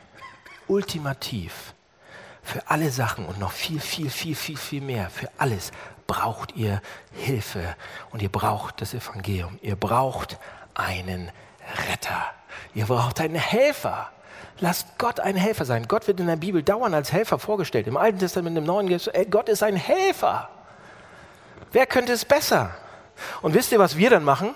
für alle Sachen und noch viel, viel, viel, viel, viel mehr, für alles braucht ihr Hilfe und ihr braucht das Evangelium. Ihr braucht einen Retter. Ihr braucht einen Helfer. Lasst Gott ein Helfer sein. Gott wird in der Bibel dauernd als Helfer vorgestellt. Im Alten Testament, im Neuen, Gott ist ein Helfer. Wer könnte es besser? Und wisst ihr, was wir dann machen?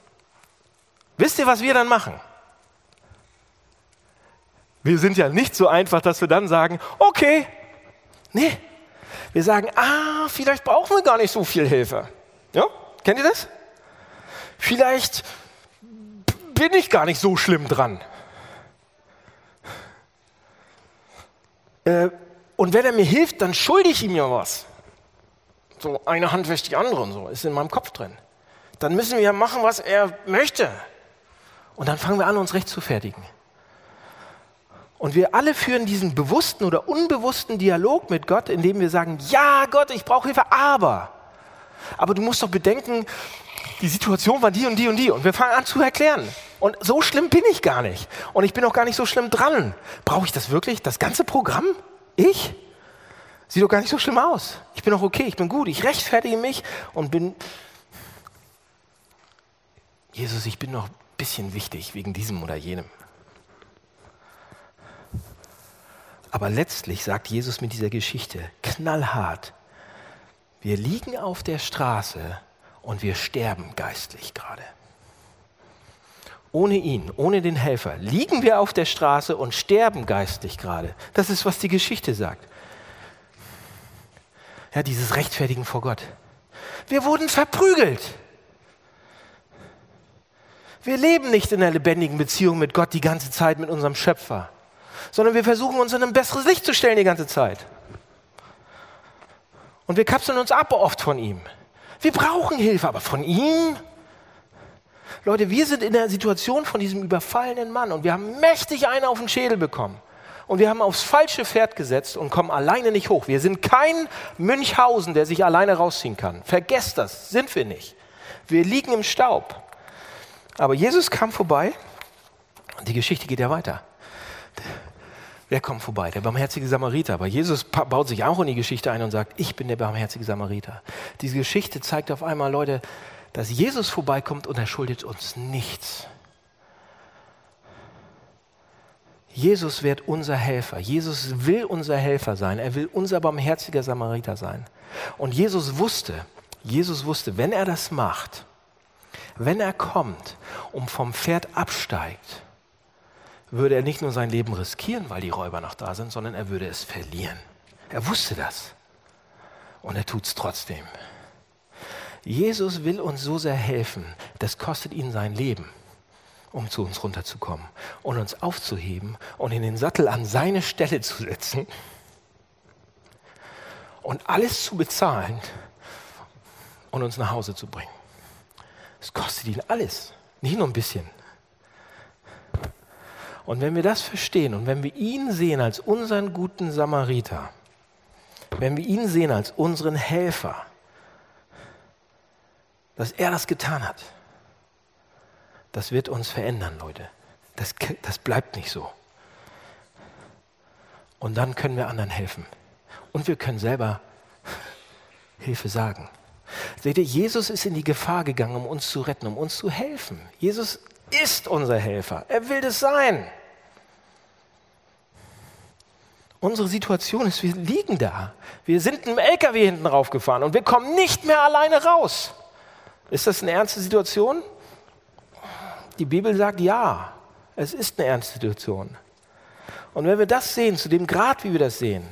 Wir sind ja nicht so einfach, dass wir dann sagen, okay, nee. Wir sagen, vielleicht brauchen wir gar nicht so viel Hilfe. Ja? Kennt ihr das? Vielleicht bin ich gar nicht so schlimm dran. Und wenn er mir hilft, dann schulde ich ihm ja was. So eine Hand wäscht die andere und so, ist in meinem Kopf drin. Dann müssen wir ja machen, was er möchte. Und dann fangen wir an, uns recht zu fertigen. Und wir alle führen diesen bewussten oder unbewussten Dialog mit Gott, indem wir sagen, ja Gott, ich brauche Hilfe, aber du musst doch bedenken, die Situation war die und die und die. Und wir fangen an zu erklären. Und so schlimm bin ich gar nicht. Und ich bin auch gar nicht so schlimm dran. Brauche ich das wirklich? Das ganze Programm? Ich? Sieht doch gar nicht so schlimm aus. Ich bin doch okay, ich bin gut. Ich rechtfertige mich und bin... Jesus, ich bin noch ein bisschen wichtig wegen diesem oder jenem. Aber letztlich sagt Jesus mit dieser Geschichte knallhart, wir liegen auf der Straße und wir sterben geistlich gerade. Ohne ihn, ohne den Helfer, liegen wir auf der Straße und sterben geistlich gerade. Das ist, was die Geschichte sagt. Ja, dieses Rechtfertigen vor Gott. Wir wurden verprügelt. Wir leben nicht in einer lebendigen Beziehung mit Gott die ganze Zeit, mit unserem Schöpfer, sondern wir versuchen uns in ein besseres Licht zu stellen die ganze Zeit. Und wir kapseln uns ab oft von ihm. Wir brauchen Hilfe, aber von ihm? Leute, wir sind in der Situation von diesem überfallenen Mann und wir haben mächtig einen auf den Schädel bekommen. Und wir haben aufs falsche Pferd gesetzt und kommen alleine nicht hoch. Wir sind kein Münchhausen, der sich alleine rausziehen kann. Vergesst das, sind wir nicht. Wir liegen im Staub. Aber Jesus kam vorbei und die Geschichte geht ja weiter. Wer kommt vorbei? Der barmherzige Samariter. Aber Jesus baut sich auch in die Geschichte ein und sagt, ich bin der barmherzige Samariter. Diese Geschichte zeigt auf einmal, Leute, dass Jesus vorbeikommt und er schuldet uns nichts. Jesus wird unser Helfer. Jesus will unser Helfer sein. Er will unser barmherziger Samariter sein. Und Jesus wusste, wenn er das macht, wenn er kommt und vom Pferd absteigt, würde er nicht nur sein Leben riskieren, weil die Räuber noch da sind, sondern er würde es verlieren. Er wusste das. Und er tut es trotzdem. Jesus will uns so sehr helfen, das kostet ihn sein Leben, um zu uns runterzukommen und uns aufzuheben und in den Sattel an seine Stelle zu setzen und alles zu bezahlen und uns nach Hause zu bringen. Es kostet ihn alles, nicht nur ein bisschen. Und wenn wir das verstehen und wenn wir ihn sehen als unseren guten Samariter, wenn wir ihn sehen als unseren Helfer, dass er das getan hat, das wird uns verändern, Leute. Das bleibt nicht so. Und dann können wir anderen helfen. Und wir können selber Hilfe sagen. Seht ihr, Jesus ist in die Gefahr gegangen, um uns zu retten, um uns zu helfen. Jesus ist unser Helfer. Er will das sein. Unsere Situation ist, wir liegen da. Wir sind im LKW hinten raufgefahren und wir kommen nicht mehr alleine raus. Ist das eine ernste Situation? Die Bibel sagt ja, es ist eine ernste Situation. Und wenn wir das sehen, zu dem Grad, wie wir das sehen,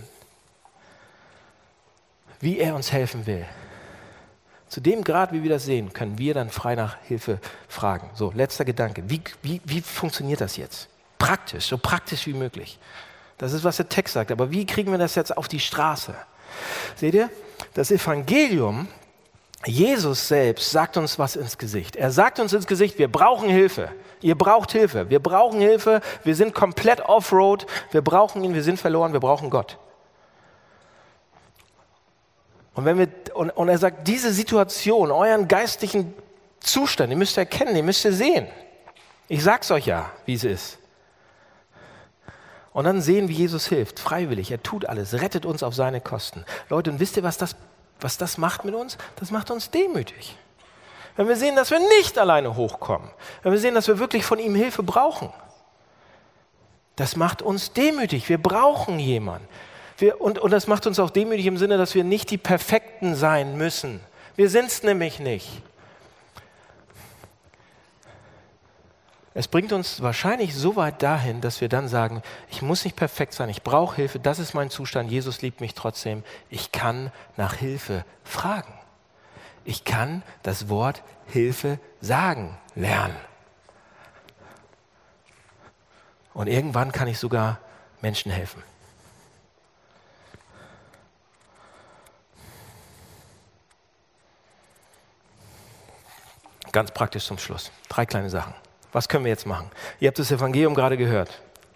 wie er uns helfen will, zu dem Grad, wie wir das sehen, können wir dann frei nach Hilfe fragen. So, letzter Gedanke. Wie funktioniert das jetzt? Praktisch, so praktisch wie möglich. Das ist, was der Text sagt. Aber wie kriegen wir das jetzt auf die Straße? Seht ihr, das Evangelium, Jesus selbst sagt uns was ins Gesicht. Er sagt uns ins Gesicht, wir brauchen Hilfe. Ihr braucht Hilfe. Wir brauchen Hilfe. Wir sind komplett off-road. Wir brauchen ihn. Wir sind verloren. Wir brauchen Gott. Und er sagt, diese Situation, euren geistlichen Zustand, ihr müsst erkennen, ihr müsst sehen. Ich sag's euch ja, wie es ist. Und dann sehen, wie Jesus hilft, freiwillig. Er tut alles, rettet uns auf seine Kosten. Leute, und wisst ihr, was das macht mit uns? Das macht uns demütig. Wenn wir sehen, dass wir nicht alleine hochkommen, wenn wir sehen, dass wir wirklich von ihm Hilfe brauchen, das macht uns demütig. Wir brauchen jemanden. Und das macht uns auch demütig im Sinne, dass wir nicht die Perfekten sein müssen. Wir sind es nämlich nicht. Es bringt uns wahrscheinlich so weit dahin, dass wir dann sagen, ich muss nicht perfekt sein, ich brauche Hilfe, das ist mein Zustand, Jesus liebt mich trotzdem. Ich kann nach Hilfe fragen. Ich kann das Wort Hilfe sagen lernen. Und irgendwann kann ich sogar Menschen helfen. Ganz praktisch zum Schluss. 3 kleine Sachen. Was können wir jetzt machen? Ihr habt das Evangelium gerade gehört.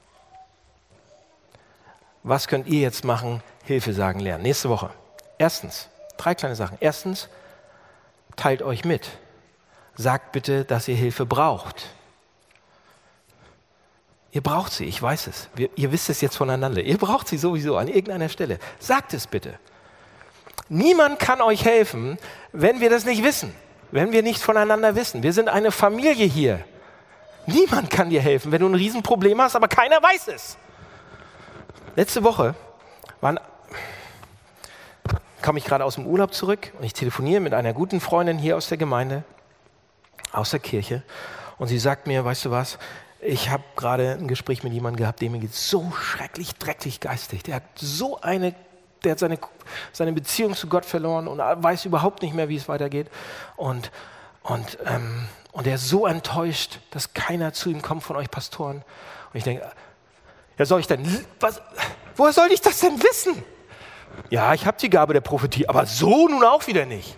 Was könnt ihr jetzt machen? Hilfe sagen lernen. Nächste Woche. Erstens, 3 kleine Sachen. Erstens, teilt euch mit. Sagt bitte, dass ihr Hilfe braucht. Ihr braucht sie, ich weiß es. Ihr wisst es jetzt voneinander. Ihr braucht sie sowieso an irgendeiner Stelle. Sagt es bitte. Niemand kann euch helfen, wenn wir das nicht wissen. Wenn wir nicht voneinander wissen. Wir sind eine Familie hier. Niemand kann dir helfen, wenn du ein Riesenproblem hast, aber keiner weiß es. Letzte Woche kam ich gerade aus dem Urlaub zurück und ich telefoniere mit einer guten Freundin hier aus der Gemeinde, aus der Kirche, und sie sagt mir, weißt du was, ich habe gerade ein Gespräch mit jemandem gehabt, dem geht so schrecklich dreckig geistig. Der hat seine Beziehung zu Gott verloren und weiß überhaupt nicht mehr, wie es weitergeht. Und er ist so enttäuscht, dass keiner zu ihm kommt von euch Pastoren. Und ich denke, ja, woher soll ich das denn wissen? Ja, ich habe die Gabe der Prophetie, aber so nun auch wieder nicht.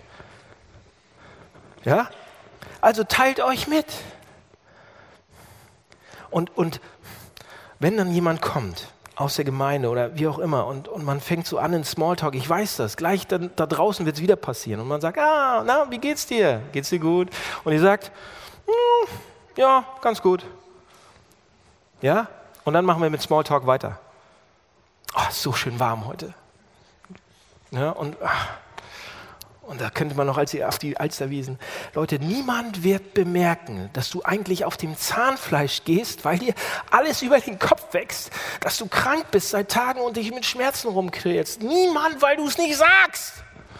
Ja? Also teilt euch mit. Und wenn dann jemand kommt, aus der Gemeinde oder wie auch immer und man fängt so an in Smalltalk, ich weiß das, gleich da draußen wird es wieder passieren und man sagt, na, wie geht's dir? Geht's dir gut? Und ihr sagt, ja, ganz gut. Ja? Und dann machen wir mit Smalltalk weiter. So schön warm heute. Ja, und da könnte man noch auf die Alsterwiesen. Leute, niemand wird bemerken, dass du eigentlich auf dem Zahnfleisch gehst, weil dir alles über den Kopf wächst, dass du krank bist seit Tagen und dich mit Schmerzen rumquälst. Niemand, weil du es nicht sagst.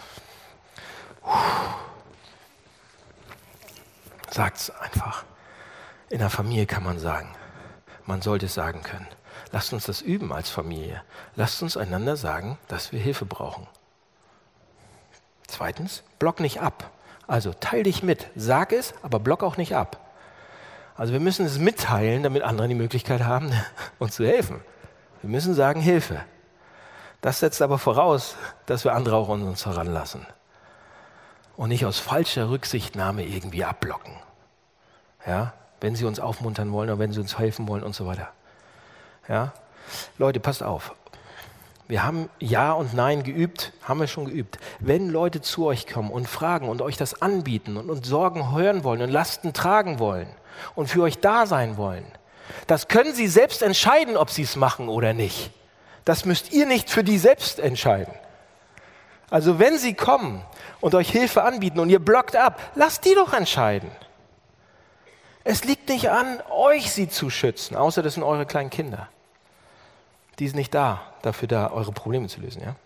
Sagt's einfach. In der Familie kann man sagen. Man sollte es sagen können. Lasst uns das üben als Familie. Lasst uns einander sagen, dass wir Hilfe brauchen. Zweitens, block nicht ab. Also teil dich mit. Sag es, aber block auch nicht ab. Also wir müssen es mitteilen, damit andere die Möglichkeit haben, uns zu helfen. Wir müssen sagen, Hilfe. Das setzt aber voraus, dass wir andere auch an uns heranlassen. Und nicht aus falscher Rücksichtnahme irgendwie abblocken. Ja? Wenn sie uns aufmuntern wollen oder wenn sie uns helfen wollen und so weiter. Ja? Leute, passt auf. Wir haben Ja und Nein geübt, haben wir schon geübt. Wenn Leute zu euch kommen und fragen und euch das anbieten und Sorgen hören wollen und Lasten tragen wollen und für euch da sein wollen, das können sie selbst entscheiden, ob sie es machen oder nicht. Das müsst ihr nicht für die selbst entscheiden. Also wenn sie kommen und euch Hilfe anbieten und ihr blockt ab, lasst die doch entscheiden. Es liegt nicht an euch, sie zu schützen, außer das sind eure kleinen Kinder. Die sind nicht dafür da, eure Probleme zu lösen. Ja?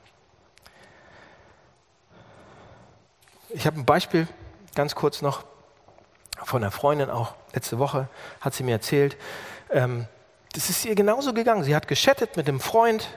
Ich habe ein Beispiel, ganz kurz noch, von einer Freundin auch. Letzte Woche hat sie mir erzählt, das ist ihr genauso gegangen. Sie hat gechattet mit einem Freund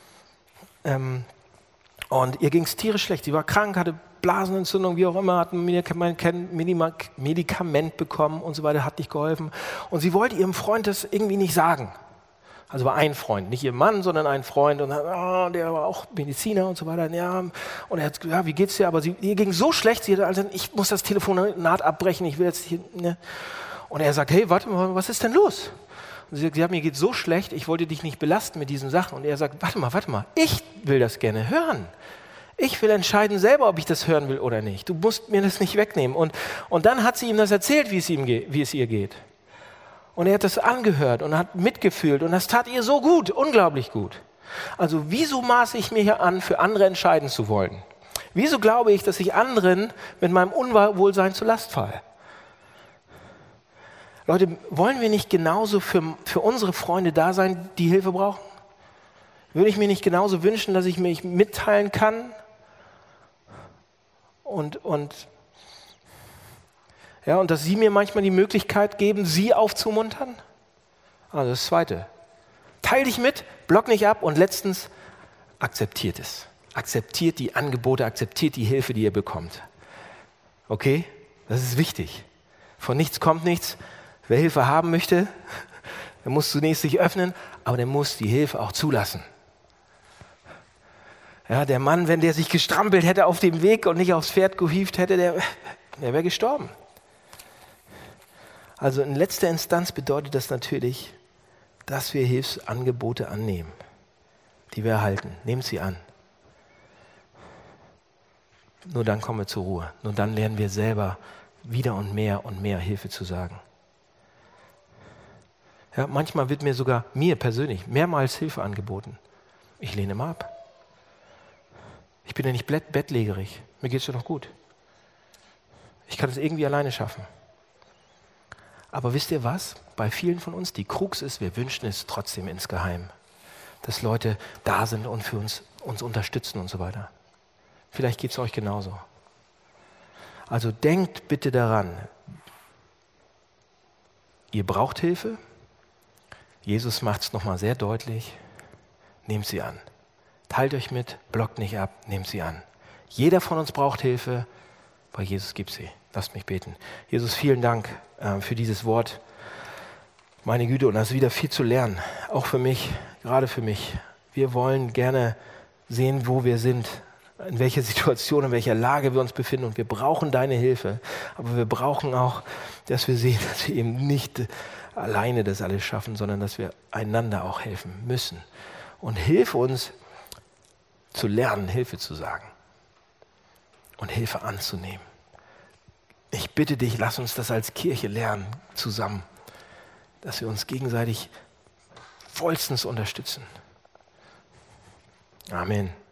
und ihr ging es tierisch schlecht. Sie war krank, hatte Blasenentzündung, wie auch immer, hat ein Medikament bekommen und so weiter, hat nicht geholfen. Und sie wollte ihrem Freund das irgendwie nicht sagen. Also war ein Freund, nicht ihr Mann, sondern ein Freund. Und der war auch Mediziner und so weiter. Ja, und er hat gesagt, wie geht's dir? Aber ihr ging so schlecht, sie hat also, ich muss das Telefonat abbrechen, ich will jetzt hier. Ne? Und er sagt, hey, warte mal, was ist denn los? Und sie sagt, ja, mir geht so schlecht, ich wollte dich nicht belasten mit diesen Sachen. Und er sagt, warte mal, ich will das gerne hören. Ich will entscheiden selber, ob ich das hören will oder nicht. Du musst mir das nicht wegnehmen. Und dann hat sie ihm das erzählt, wie es ihr geht. Und er hat das angehört und hat mitgefühlt und das tat ihr so gut, unglaublich gut. Also wieso maße ich mir hier an, für andere entscheiden zu wollen? Wieso glaube ich, dass ich anderen mit meinem Unwohlsein zur Last falle? Leute, wollen wir nicht genauso für unsere Freunde da sein, die Hilfe brauchen? Würde ich mir nicht genauso wünschen, dass ich mich mitteilen kann und dass sie mir manchmal die Möglichkeit geben, sie aufzumuntern? Also das Zweite. Teil dich mit, block nicht ab und letztens akzeptiert es. Akzeptiert die Angebote, akzeptiert die Hilfe, die ihr bekommt. Okay? Das ist wichtig. Von nichts kommt nichts. Wer Hilfe haben möchte, der muss zunächst sich öffnen, aber der muss die Hilfe auch zulassen. Ja, der Mann, wenn der sich gestrampelt hätte auf dem Weg und nicht aufs Pferd gehievt hätte, der wäre gestorben. Also in letzter Instanz bedeutet das natürlich, dass wir Hilfsangebote annehmen, die wir erhalten. Nehmt sie an. Nur dann kommen wir zur Ruhe. Nur dann lernen wir selber wieder und mehr Hilfe zu sagen. Ja, manchmal wird mir persönlich mehrmals Hilfe angeboten. Ich lehne immer ab. Ich bin ja nicht bettlägerig. Mir geht es ja noch gut. Ich kann es irgendwie alleine schaffen. Aber wisst ihr was? Bei vielen von uns, die Krux ist, wir wünschen es trotzdem insgeheim, dass Leute da sind und für uns unterstützen und so weiter. Vielleicht geht es euch genauso. Also denkt bitte daran, ihr braucht Hilfe. Jesus macht es nochmal sehr deutlich. Nehmt sie an. Teilt euch mit, blockt nicht ab, nehmt sie an. Jeder von uns braucht Hilfe, bei Jesus gibt sie. Lasst mich beten. Jesus, vielen Dank für dieses Wort. Meine Güte, und da ist wieder viel zu lernen. Auch für mich, gerade für mich. Wir wollen gerne sehen, wo wir sind, in welcher Situation, in welcher Lage wir uns befinden. Und wir brauchen deine Hilfe. Aber wir brauchen auch, dass wir sehen, dass wir eben nicht alleine das alles schaffen, sondern dass wir einander auch helfen müssen. Und hilf uns zu lernen, Hilfe zu sagen und Hilfe anzunehmen. Ich bitte dich, lass uns das als Kirche lernen, zusammen, dass wir uns gegenseitig vollstens unterstützen. Amen.